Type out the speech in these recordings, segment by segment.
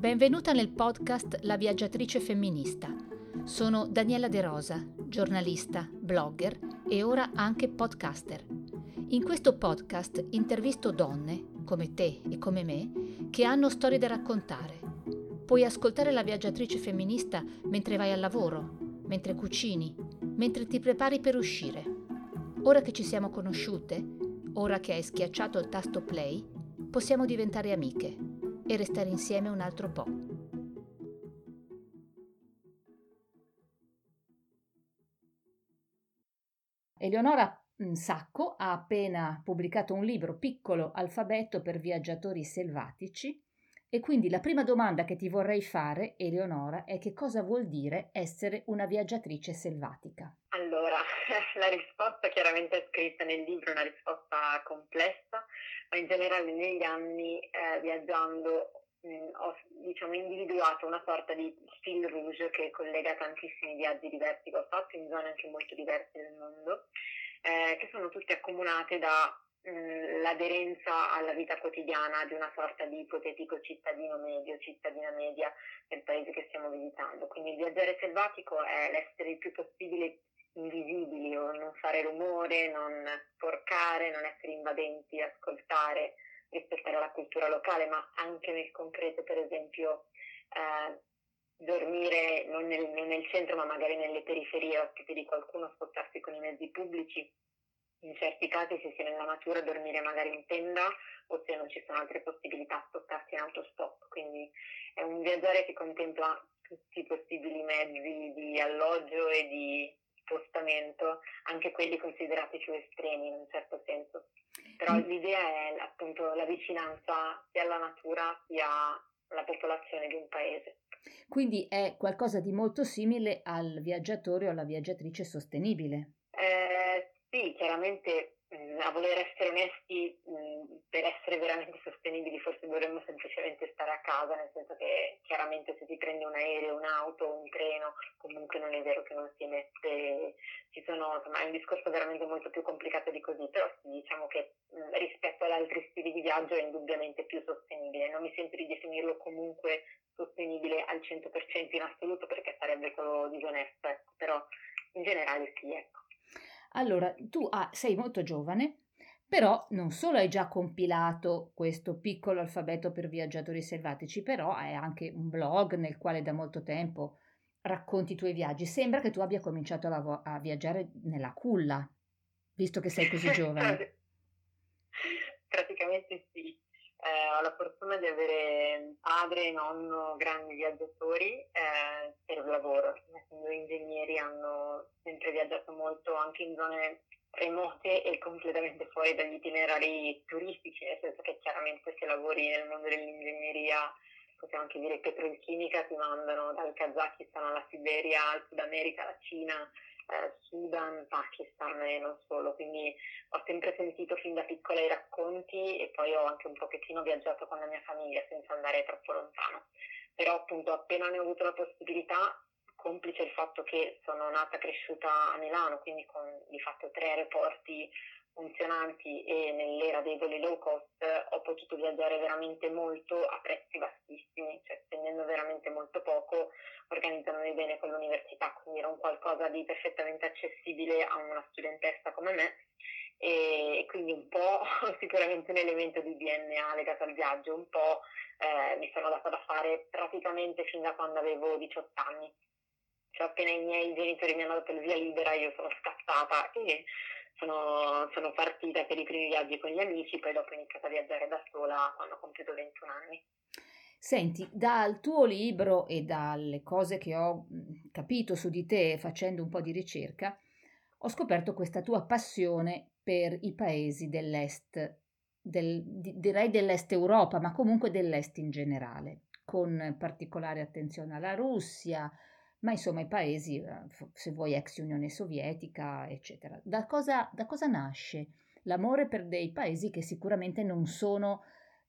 Benvenuta nel podcast La viaggiatrice femminista. Sono Daniela De Rosa, giornalista, blogger e ora anche podcaster. In questo podcast intervisto donne, come te e come me, che hanno storie da raccontare. Puoi ascoltare La viaggiatrice femminista mentre vai al lavoro, mentre cucini, mentre ti prepari per uscire. Ora che ci siamo conosciute, ora che hai schiacciato il tasto play, possiamo diventare amiche e restare insieme un altro po'. Eleonora Sacco ha appena pubblicato un libro, Piccolo alfabeto per viaggiatori selvatici, e quindi la prima domanda che ti vorrei fare, Eleonora, è: che cosa vuol dire essere una viaggiatrice selvatica? Allora, la risposta chiaramente è scritta nel libro, è una risposta complessa, ma in generale negli anni viaggiando ho individuato una sorta di fil rouge che collega tantissimi viaggi diversi che ho fatto in zone anche molto diverse del mondo, che sono tutte accomunate da l'aderenza alla vita quotidiana di una sorta di ipotetico cittadino medio, cittadina media del paese che stiamo visitando. Quindi il viaggiare selvatico è l'essere il più possibile invisibili, o non fare rumore, non sporcare, non essere invadenti, ascoltare, rispettare la cultura locale, ma anche nel concreto, per esempio dormire non nel centro ma magari nelle periferie, ospite di qualcuno, spostarsi con i mezzi pubblici. In certi casi, se si è nella natura, dormire magari in tenda, o se non ci sono altre possibilità, spostarsi in autostop. Quindi è un viaggiare che contempla tutti i possibili mezzi di alloggio e di spostamento, anche quelli considerati più estremi in un certo senso. Però l'idea è appunto la vicinanza sia alla natura sia alla popolazione di un paese. Quindi è qualcosa di molto simile al viaggiatore o alla viaggiatrice sostenibile. Sì, chiaramente a voler essere onesti, per essere veramente sostenibili forse dovremmo semplicemente stare a casa, nel senso che chiaramente se si prende un aereo, un'auto, un treno, comunque non è vero che non si emette, è un discorso veramente molto più complicato di così, però sì, diciamo che rispetto ad altri stili di viaggio è indubbiamente più sostenibile. Non mi sento di definirlo comunque sostenibile al 100% in assoluto, perché sarebbe solo disonesto, ecco, però in generale sì, ecco. Allora, tu sei molto giovane, però non solo hai già compilato questo piccolo alfabeto per viaggiatori selvatici, però hai anche un blog nel quale da molto tempo racconti i tuoi viaggi. Sembra che tu abbia cominciato a viaggiare nella culla, visto che sei così giovane. Praticamente sì. Ho la fortuna di avere padre e nonno grandi viaggiatori per il lavoro. Essendo ingegneri hanno sempre viaggiato molto anche in zone remote e completamente fuori dagli itinerari turistici, nel senso che chiaramente se lavori nel mondo dell'ingegneria, possiamo anche dire petrolchimica, ti mandano dal Kazakistan alla Siberia, al Sud America, alla Cina, Sudan, Pakistan e non solo. Quindi ho sempre sentito fin da piccola i racconti e poi ho anche un pochettino viaggiato con la mia famiglia senza andare troppo lontano. Però appunto appena ne ho avuto la possibilità, complice il fatto che sono nata e cresciuta a Milano, quindi con di fatto 3 aeroporti funzionanti e nell'era dei voli low cost, ho potuto viaggiare veramente molto a prezzi bassissimi, cioè spendendo veramente molto poco, organizzandomi bene con l'università, quindi era un qualcosa di perfettamente accessibile a una studentessa come me, e quindi un po' sicuramente un elemento di DNA legato al viaggio, un po' mi sono data da fare praticamente fin da quando avevo 18 anni. Cioè appena i miei genitori mi hanno dato il via libera io sono scappata e sono partita per i primi viaggi con gli amici, poi dopo ho iniziato a viaggiare da sola quando ho compiuto 21 anni. Senti, dal tuo libro e dalle cose che ho capito su di te facendo un po' di ricerca, ho scoperto questa tua passione per i paesi dell'est, direi dell'est Europa, ma comunque dell'est in generale, con particolare attenzione alla Russia, ma insomma i paesi, se vuoi, ex Unione Sovietica, eccetera. Da cosa nasce l'amore per dei paesi che sicuramente non sono,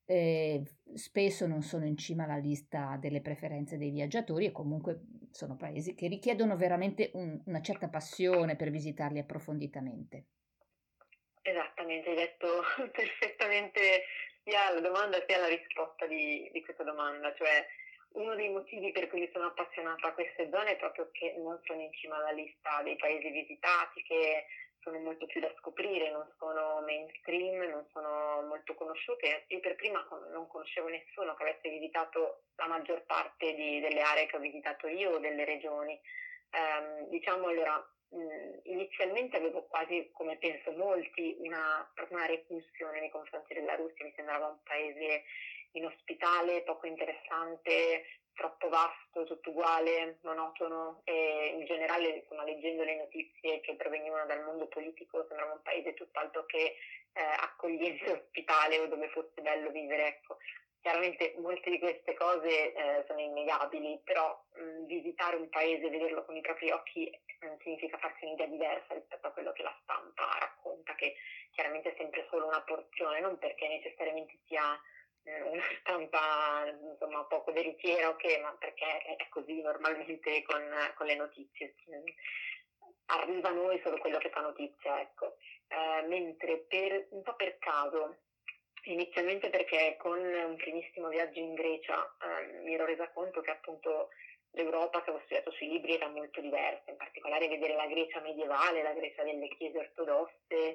spesso non sono in cima alla lista delle preferenze dei viaggiatori, e comunque sono paesi che richiedono veramente una certa passione per visitarli approfonditamente? Esattamente, hai detto perfettamente sia la domanda sia la risposta di questa domanda, cioè Uno dei motivi per cui mi sono appassionata a queste zone è proprio che non sono in cima alla lista dei paesi visitati, che sono molto più da scoprire, non sono mainstream, non sono molto conosciute. Io per prima non conoscevo nessuno che avesse visitato la maggior parte delle aree che ho visitato io o delle regioni. Diciamo allora, inizialmente avevo quasi, come penso molti, una repulsione nei confronti della Russia, mi sembrava un paese inospitale, poco interessante, troppo vasto, tutto uguale, monotono e in generale, insomma, leggendo le notizie che provenivano dal mondo politico sembrava un paese tutt'altro che accogliente, ospitale o dove fosse bello vivere, ecco. Chiaramente molte di queste cose sono innegabili, però visitare un paese e vederlo con i propri occhi significa farsi un'idea diversa rispetto a quello che la stampa racconta, che chiaramente è sempre solo una porzione, non perché necessariamente sia una stampa insomma poco veritiera o che, ma perché è così normalmente con le notizie. Arriva a noi solo quello che fa notizia, ecco. Mentre un po' per caso, inizialmente perché con un primissimo viaggio in Grecia mi ero resa conto che appunto l'Europa che avevo studiato sui libri era molto diversa, in particolare vedere la Grecia medievale, la Grecia delle chiese ortodosse,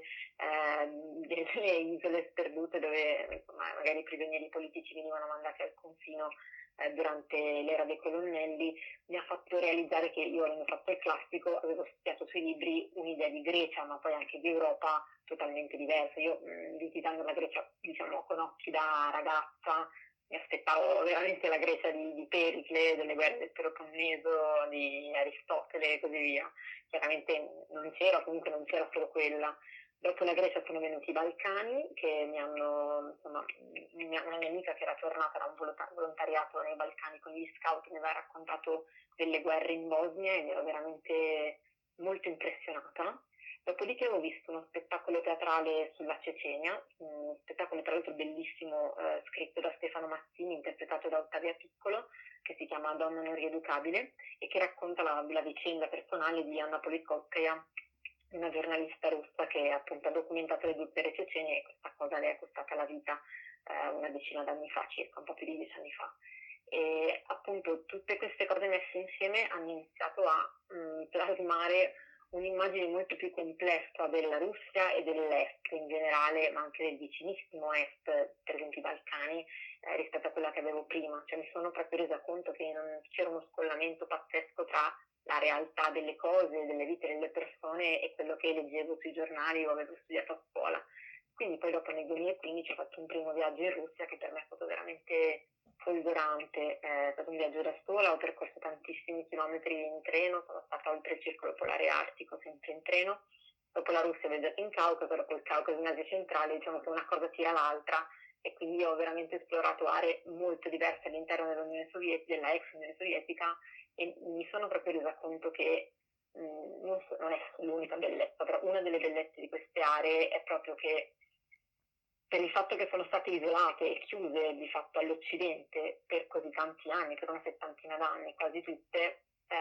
delle isole sperdute dove insomma, magari i prigionieri politici venivano mandati al confino durante l'era dei colonnelli, mi ha fatto realizzare che io, avendo fatto il classico, avevo studiato sui libri un'idea di Grecia, ma poi anche di Europa totalmente diversa. Io visitando la Grecia, diciamo, con occhi da ragazza, mi aspettavo veramente la Grecia di Pericle, delle guerre del Peloponneso, di Aristotele e così via. Chiaramente non c'era, comunque non c'era solo quella. Dopo la Grecia sono venuti i Balcani, che mi hanno, insomma, una mia amica che era tornata da un volontariato nei Balcani con gli scout mi aveva raccontato delle guerre in Bosnia e mi ero veramente molto impressionata. Dopodiché avevo visto uno spettacolo teatrale sulla Cecenia, uno spettacolo tra l'altro bellissimo, scritto da Stefano Mazzini, interpretato da Ottavia Piccolo, che si chiama Donna non rieducabile e che racconta la vicenda personale di Anna Politkovskaya, una giornalista russa che appunto ha documentato le guerre cecene e questa cosa le è costata la vita una decina d'anni fa, circa un po' più di 10 anni fa. E appunto tutte queste cose messe insieme hanno iniziato a plasmare un'immagine molto più complessa della Russia e dell'Est in generale, ma anche del vicinissimo Est, per esempio i Balcani, rispetto a quella che avevo prima. Cioè mi sono proprio resa conto che non c'era uno scollamento pazzesco tra la realtà delle cose, delle vite delle persone e quello che leggevo sui giornali o avevo studiato a scuola. Quindi poi dopo nel 2015 ho fatto un primo viaggio in Russia che per me è stato veramente folgorante, è stato un viaggio da sola, ho percorso tantissimi chilometri in treno, sono stata oltre il circolo polare artico sempre in treno, dopo la Russia ho viaggiato in Caucaso, dopo il Caucaso in Asia centrale, diciamo che una cosa tira l'altra e quindi ho veramente esplorato aree molto diverse all'interno dell'Unione Sovietica, della ex Unione Sovietica e mi sono proprio resa conto che non è l'unica bellezza, però una delle bellezze di queste aree è proprio che per il fatto che sono state isolate e chiuse di fatto all'Occidente per così tanti anni, per una settantina d'anni, quasi tutte,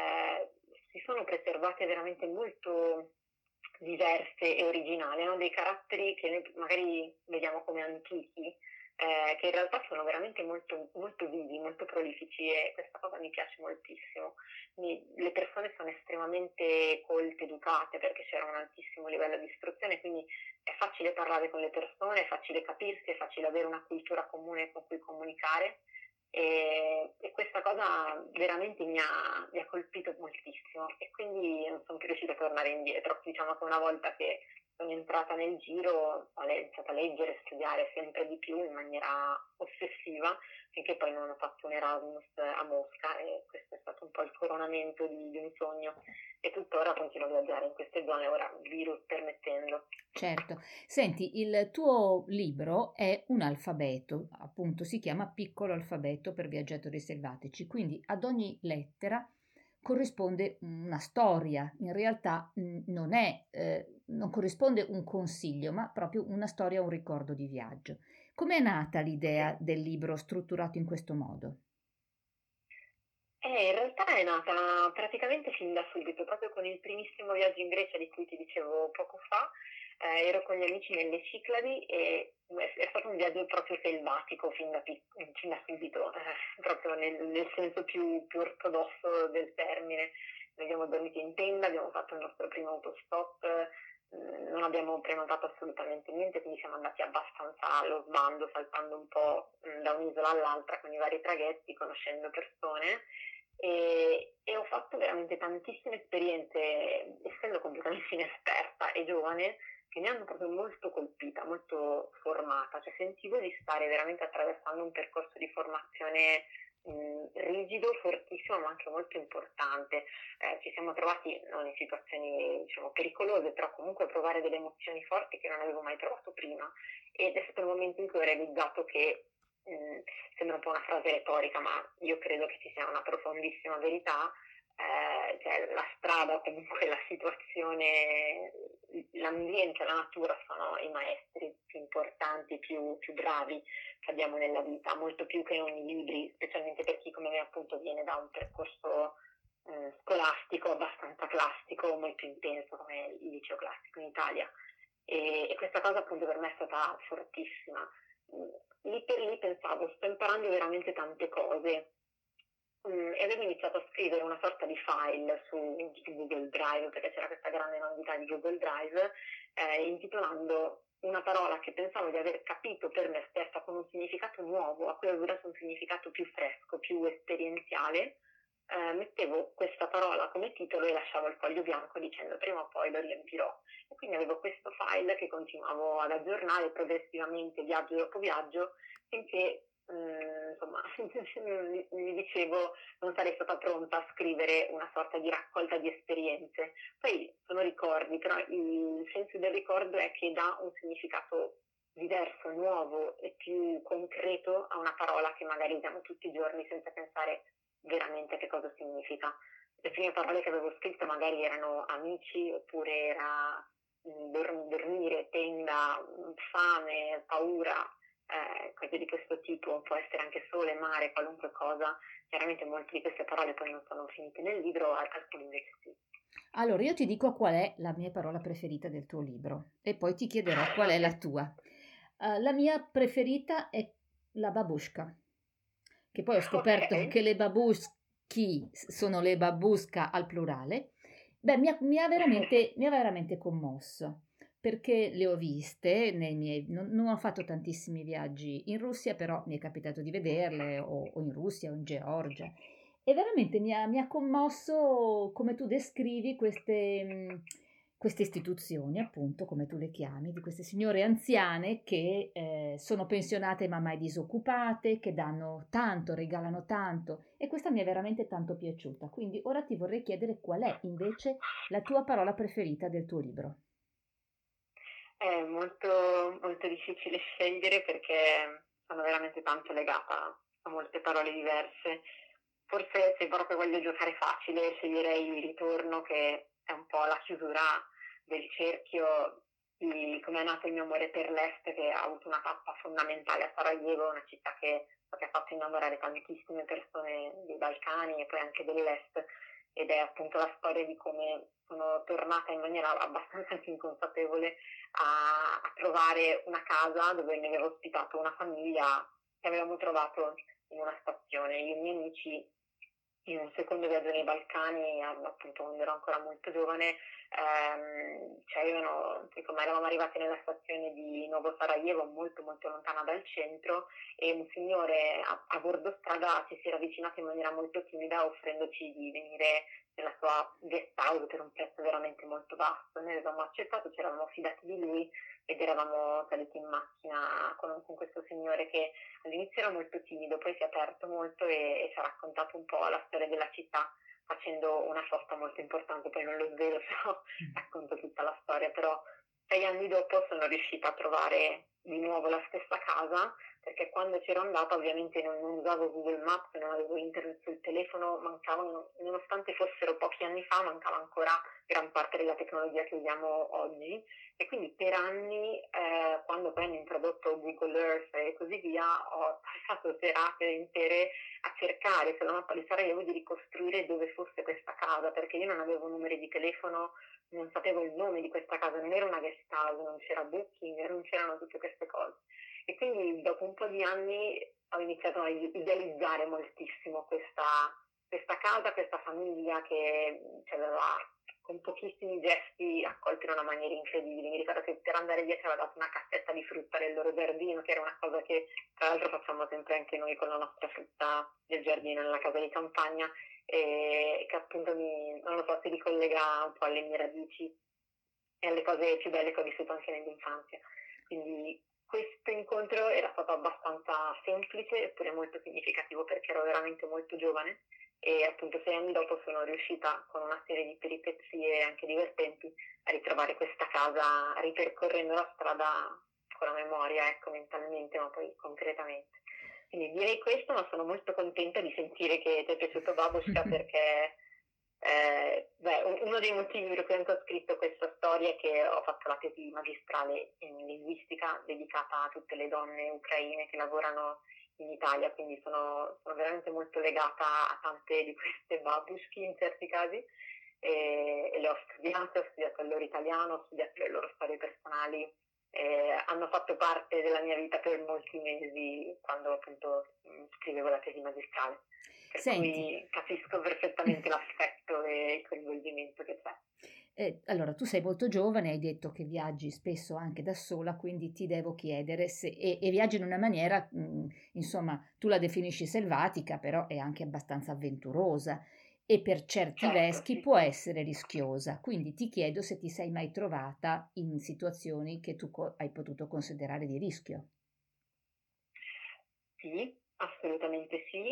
si sono preservate veramente molto diverse e originali, hanno dei caratteri che noi magari vediamo come antichi, che in realtà sono veramente molto, molto vivi, molto prolifici e questa cosa mi piace moltissimo. Le persone sono estremamente colte, educate perché c'era un altissimo livello di istruzione, quindi è facile parlare con le persone, è facile capirsi, è facile avere una cultura comune con cui comunicare e questa cosa veramente mi ha colpito moltissimo e quindi non sono più riuscita a tornare indietro. Diciamo che una volta che sono entrata nel giro ho iniziato a leggere e studiare sempre di più in maniera ossessiva finché poi non ho fatto un Erasmus a Mosca e questo è stato un po' il coronamento di un sogno e tuttora continuo a viaggiare in queste zone, ora virus permettendo. Certo. Senti, il tuo libro è un alfabeto, appunto si chiama Piccolo alfabeto per viaggiatori selvatici, quindi ad ogni lettera corrisponde una storia, in realtà non corrisponde un consiglio, ma proprio una storia, un ricordo di viaggio. Com'è nata l'idea del libro strutturato in questo modo? In realtà è nata praticamente fin da subito, proprio con il primissimo viaggio in Grecia di cui ti dicevo poco fa. ero con gli amici nelle Cicladi e è stato un viaggio proprio selvatico fin da subito, proprio nel senso più ortodosso del termine. Noi abbiamo dormito in tenda, abbiamo fatto il nostro primo autostop, non abbiamo prenotato assolutamente niente, quindi siamo andati abbastanza allo sbando, saltando un po' da un'isola all'altra con i vari traghetti, conoscendo persone e ho fatto veramente tantissime esperienze, essendo completamente inesperta e giovane, che mi hanno proprio molto colpita, molto formata, cioè sentivo di stare veramente attraversando un percorso di formazione rigido, fortissimo, ma anche molto importante. Ci siamo trovati non in situazioni diciamo pericolose, però comunque provare delle emozioni forti che non avevo mai provato prima ed è stato il momento in cui ho realizzato che sembra un po' una frase retorica, ma io credo che ci sia una profondissima verità. Cioè la strada, comunque la situazione, l'ambiente, la natura sono i maestri più importanti, più bravi che abbiamo nella vita, molto più che ogni libri, specialmente per chi come me appunto viene da un percorso scolastico abbastanza classico, molto intenso come il liceo classico in Italia. E questa cosa appunto per me è stata fortissima. Lì per lì pensavo, sto imparando veramente tante cose. E avevo iniziato a scrivere una sorta di file su Google Drive, perché c'era questa grande novità di Google Drive, intitolando una parola che pensavo di aver capito per me stessa con un significato nuovo, a cui avevo dato un significato più fresco, più esperienziale. Mettevo questa parola come titolo e lasciavo il foglio bianco dicendo prima o poi lo riempirò. E quindi avevo questo file che continuavo ad aggiornare progressivamente viaggio dopo viaggio finché insomma mi dicevo non sarei stata pronta a scrivere una sorta di raccolta di esperienze. Poi sono ricordi, però il senso del ricordo è che dà un significato diverso, nuovo e più concreto a una parola che magari usiamo tutti i giorni senza pensare veramente a che cosa significa. Le prime parole che avevo scritto magari erano amici, oppure era dormire, tenda, fame, paura, cose di questo tipo, può essere anche sole, mare, qualunque cosa. Chiaramente molte di queste parole poi non sono finite nel libro, alcune invece sì. Allora, io ti dico qual è la mia parola preferita del tuo libro e poi ti chiederò qual è la tua. La mia preferita è la babushka, che poi ho scoperto Ok. che le babuschi sono le babusca al plurale. Beh, mi ha veramente commosso perché le ho viste non ho fatto tantissimi viaggi in Russia, però mi è capitato di vederle o in Russia o in Georgia e veramente mi ha commosso come tu descrivi queste istituzioni, appunto, come tu le chiami, di queste signore anziane che sono pensionate ma mai disoccupate, che danno tanto, regalano tanto e questa mi è veramente tanto piaciuta. Quindi ora ti vorrei chiedere qual è invece la tua parola preferita del tuo libro. È molto, molto difficile scegliere perché sono veramente tanto legata a molte parole diverse. Forse se proprio voglio giocare facile, sceglierei il ritorno, che è un po' la chiusura del cerchio di come è nato il mio amore per l'Est, che ha avuto una tappa fondamentale a Sarajevo, una città che ha fatto innamorare tantissime persone dei Balcani e poi anche dell'Est, ed è appunto la storia di come sono tornata in maniera abbastanza anche inconsapevole a trovare una casa dove mi avevo ospitato una famiglia che avevamo trovato in una stazione. Io e i miei amici in un secondo viaggio nei Balcani, appunto quando ero ancora molto giovane, ci avevano, insomma, eravamo arrivati nella stazione di Novo Sarajevo, molto molto lontana dal centro, e un signore a bordo strada ci si era avvicinato in maniera molto timida offrendoci di venire nella sua guest house per un prezzo veramente molto basso. Noi avevamo accettato, ci eravamo fidati di lui ed eravamo saliti in macchina con questo signore che all'inizio era molto timido, poi si è aperto molto e ci ha raccontato un po' la storia della città facendo una sosta molto importante, poi non lo svelo, però racconto tutta la storia. Però 6 anni dopo sono riuscita a trovare di nuovo la stessa casa, perché quando c'ero andata ovviamente non usavo Google Maps, non avevo internet sul telefono, mancavano, nonostante fossero pochi anni fa, mancava ancora gran parte della tecnologia che usiamo oggi, e quindi per anni, quando poi hanno introdotto Google Earth e così via, ho passato serate intere a cercare sulla mappa di Sarajevo di ricostruire dove fosse questa casa, perché io non avevo numeri di telefono, non sapevo il nome di questa casa, non era una guest house, non c'era Booking, non c'erano tutte queste cose. E quindi dopo un po' di anni ho iniziato a idealizzare moltissimo questa casa, questa famiglia che ci aveva con pochissimi gesti accolto in una maniera incredibile. Mi ricordo che per andare via ci aveva dato una cassetta di frutta del loro giardino, che era una cosa che tra l'altro facciamo sempre anche noi con la nostra frutta del giardino nella casa di campagna, e che appunto non lo so, si ricollega un po' alle mie radici e alle cose più belle che ho vissuto anche nell'infanzia. Quindi questo incontro era stato abbastanza semplice eppure molto significativo, perché ero veramente molto giovane e appunto 6 anni dopo sono riuscita, con una serie di peripezie anche divertenti, a ritrovare questa casa ripercorrendo la strada con la memoria, ecco, mentalmente, ma poi concretamente. Quindi direi questo, ma sono molto contenta di sentire che ti è piaciuto Babushka, perché uno dei motivi per cui anche ho scritto questa storia è che ho fatto la tesi magistrale in linguistica dedicata a tutte le donne ucraine che lavorano in Italia, quindi sono veramente molto legata a tante di queste babushki in certi casi, e le ho studiato il loro italiano, ho studiato le loro storie personali, hanno fatto parte della mia vita per molti mesi quando appunto scrivevo la tesi magistrale. Per Senti, cui capisco perfettamente l'affetto e il coinvolgimento che c'è. allora tu sei molto giovane, hai detto che viaggi spesso anche da sola, quindi ti devo chiedere se, e viaggi in una maniera, insomma, tu la definisci selvatica, però è anche abbastanza avventurosa e per certi Certo, versi sì. può essere rischiosa. Quindi ti chiedo se ti sei mai trovata in situazioni che tu hai potuto considerare di rischio. Sì, assolutamente sì.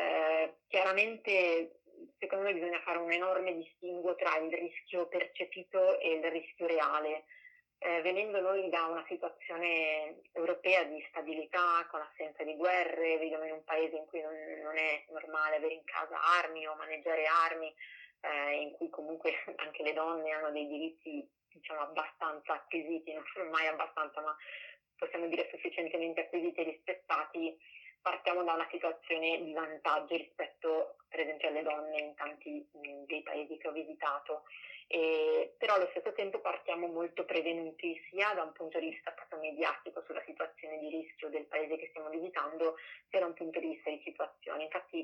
Chiaramente secondo me bisogna fare un enorme distinguo tra il rischio percepito e il rischio reale. Venendo noi da una situazione europea di stabilità, con assenza di guerre, viviamo in un paese in cui non è normale avere in casa armi o maneggiare armi, in cui comunque anche le donne hanno dei diritti, diciamo, abbastanza acquisiti, non sono mai abbastanza, ma possiamo dire sufficientemente acquisiti e rispettati. Partiamo da una situazione di vantaggio rispetto per esempio alle donne in tanti dei paesi che ho visitato, però allo stesso tempo partiamo molto prevenuti sia da un punto di vista proprio mediatico sulla situazione di rischio del paese che stiamo visitando, sia da un punto di vista di situazione. Infatti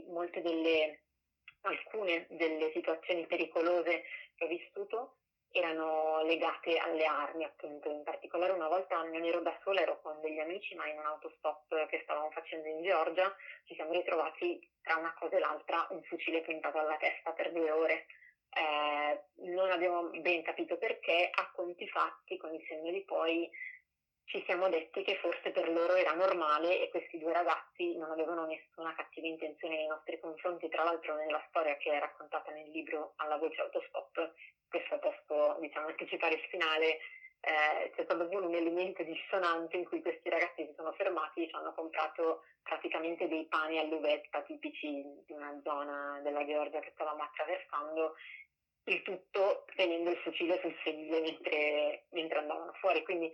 alcune delle situazioni pericolose che ho vissuto erano legate alle armi, appunto. In particolare una volta non ero da sola, ero con degli amici, ma in un autostop che stavamo facendo in Georgia ci siamo ritrovati tra una cosa e l'altra un fucile puntato alla testa per 2 ore. Non abbiamo ben capito perché, a conti fatti, con il senno di poi ci siamo detti che forse per loro era normale e questi 2 ragazzi non avevano nessuna cattiva intenzione nei nostri confronti. Tra l'altro nella storia che è raccontata nel libro Alla voce autostop, questo posso diciamo anticipare il finale, c'è stato proprio un elemento dissonante in cui questi ragazzi si sono fermati e ci hanno comprato praticamente dei pani all'uvetta tipici di una zona della Georgia che stavamo attraversando, il tutto tenendo il fucile sul sedile mentre andavano fuori. Quindi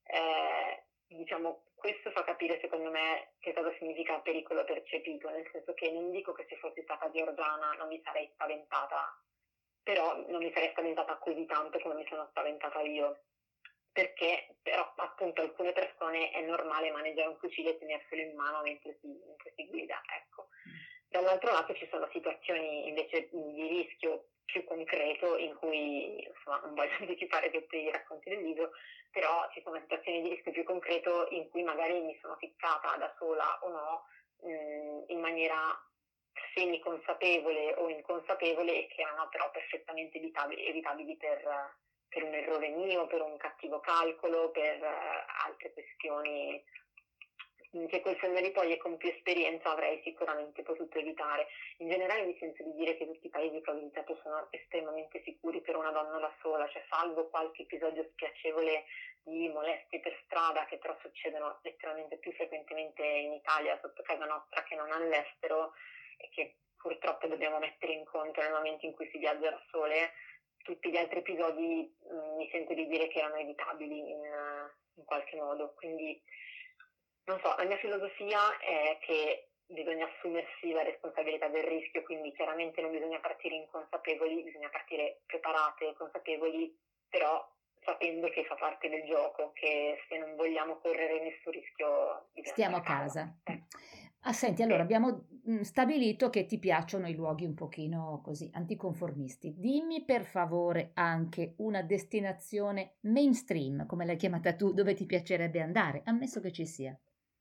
diciamo, questo fa capire secondo me che cosa significa pericolo percepito, nel senso che non dico che se fossi stata georgiana non mi sarei spaventata, però non mi sarei spaventata così tanto come mi sono spaventata io, perché però appunto alcune persone è normale maneggiare un fucile e tenerselo in mano mentre si guida, ecco. Dall'altro lato ci sono situazioni invece di rischio più concreto in cui, insomma, non voglio anticipare tutti i racconti del libro, però ci sono situazioni di rischio più concreto in cui magari mi sono ficcata da sola o no, in maniera semiconsapevole o inconsapevole, e che erano però perfettamente evitabili per un errore mio, per un cattivo calcolo, per altre questioni che col senno di poi e con più esperienza avrei sicuramente potuto evitare. In generale mi sento di dire che tutti i paesi che ho visitato sono estremamente sicuri per una donna da sola, cioè salvo qualche episodio spiacevole di molestie per strada, che però succedono letteralmente più frequentemente in Italia sotto casa nostra che non all'estero, e che purtroppo dobbiamo mettere in conto nel momento in cui si viaggia da sole. Tutti gli altri episodi mi sento di dire che erano evitabili in qualche modo, quindi non so, la mia filosofia è che bisogna assumersi la responsabilità del rischio, quindi chiaramente non bisogna partire inconsapevoli, bisogna partire preparate e consapevoli, però sapendo che fa parte del gioco, che se non vogliamo correre nessun rischio bisogna Stiamo stare a a casa. casa. Senti, allora Sì. abbiamo stabilito che ti piacciono i luoghi un pochino così anticonformisti. Dimmi per favore anche una destinazione mainstream, come l'hai chiamata tu, dove ti piacerebbe andare, ammesso che ci sia.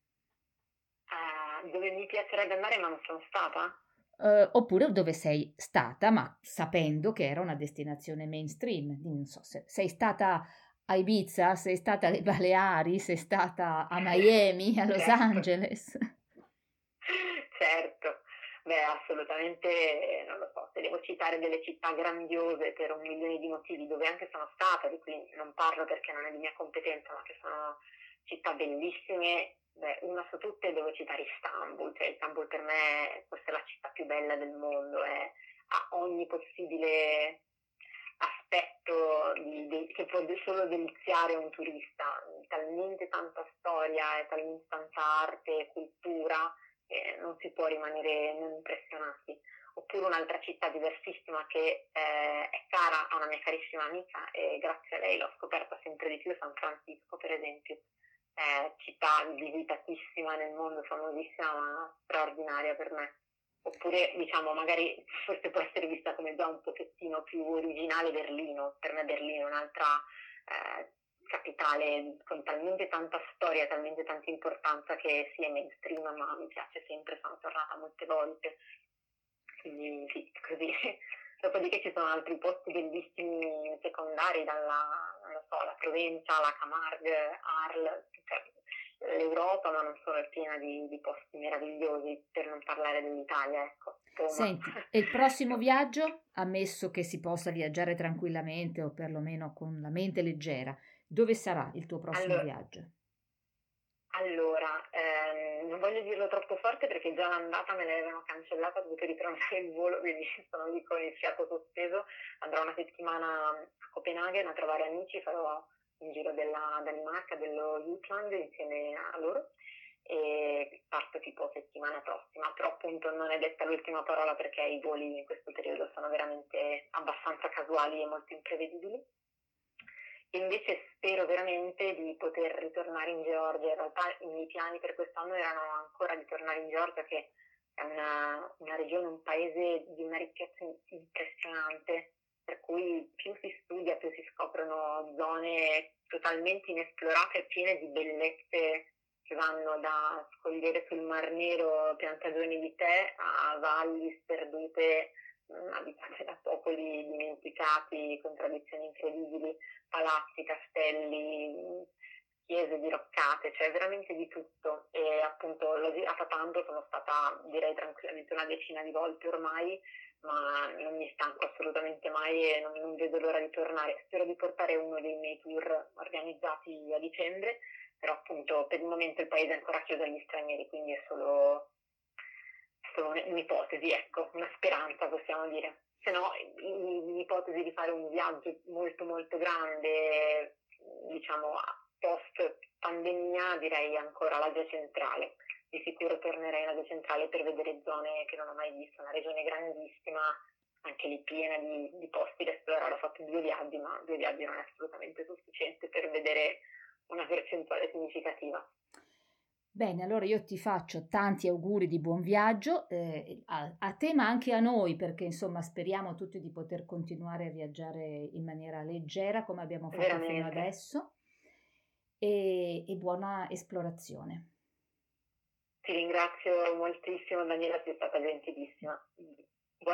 Dove mi piacerebbe andare ma non sono stata? Oppure dove sei stata, ma sapendo che era una destinazione mainstream. Non so se sei stata a Ibiza, sei stata alle Baleari, sei stata a Miami, a Los Certo. Angeles. Certo, beh, assolutamente, non lo so, se devo citare delle città grandiose per un milione di motivi, dove anche sono stata, di cui non parlo perché non è di mia competenza, ma che sono città bellissime, beh, una su tutte devo citare Istanbul, cioè Istanbul per me è forse la città più bella del mondo, ha ogni possibile aspetto che può solo deliziare un turista, talmente tanta storia e talmente tanta arte e cultura che non si può rimanere non impressionati. Oppure un'altra città diversissima che è cara a una mia carissima amica e grazie a lei l'ho scoperta sempre di più, San Francisco per esempio, città visitatissima nel mondo, famosissima ma straordinaria per me. Oppure diciamo magari forse può essere vista come già un pochettino più originale Berlino, per me Berlino è un'altra capitale con talmente tanta storia, talmente tanta importanza che sì è mainstream ma mi piace sempre, sono tornata molte volte, quindi sì, così. Dopodiché ci sono altri posti bellissimi secondari, non lo so, la Provenza, la Camargue, Arles, cioè, l'Europa, ma non solo, è piena di posti meravigliosi, per non parlare dell'Italia, ecco, Roma. Senti, e il prossimo viaggio, ammesso che si possa viaggiare tranquillamente o perlomeno con la mente leggera, dove sarà il tuo prossimo Allora, viaggio? non voglio dirlo troppo forte perché già l'andata me l'avevano cancellata, ho dovuto riprenotare il volo, quindi sono lì con il fiato sospeso. Andrò una settimana a Copenaghen a trovare amici, farò un giro della Danimarca, dello Jutland insieme a loro e parto tipo settimana prossima, però appunto non è detta l'ultima parola perché i voli in questo periodo sono veramente abbastanza casuali e molto imprevedibili. Invece spero veramente di poter ritornare in Georgia. In realtà i miei piani per quest'anno erano ancora di tornare in Georgia, che è una regione, un paese di una ricchezza impressionante, per cui più si studia, più si scoprono zone totalmente inesplorate e piene di bellezze che vanno da scogliere sul Mar Nero, piantagioni di tè, a valli sperdute, abitate da popoli dimenticati, con tradizioni incredibili, palazzi, castelli, chiese diroccate, cioè veramente di tutto. E appunto l'ho girata tanto, sono stata direi tranquillamente una decina di volte ormai, ma non mi stanco assolutamente mai e non vedo l'ora di tornare. Spero di portare uno dei miei tour organizzati a dicembre, però appunto per il momento il paese è ancora chiuso agli stranieri, quindi è solo un'ipotesi, ecco, una speranza possiamo dire. Se no, in ipotesi di fare un viaggio molto molto grande, diciamo post pandemia, direi ancora l'Asia centrale. Di sicuro tornerei in Asia centrale per vedere zone che non ho mai visto, una regione grandissima, anche lì piena di posti da esplorare. Ho fatto 2 viaggi, ma 2 viaggi non è assolutamente sufficiente per vedere una percentuale significativa. Bene, allora io ti faccio tanti auguri di buon viaggio, a te ma anche a noi, perché insomma speriamo tutti di poter continuare a viaggiare in maniera leggera come abbiamo fatto fino Veramente. adesso e buona esplorazione. Ti ringrazio moltissimo Daniela, sei stata gentilissima.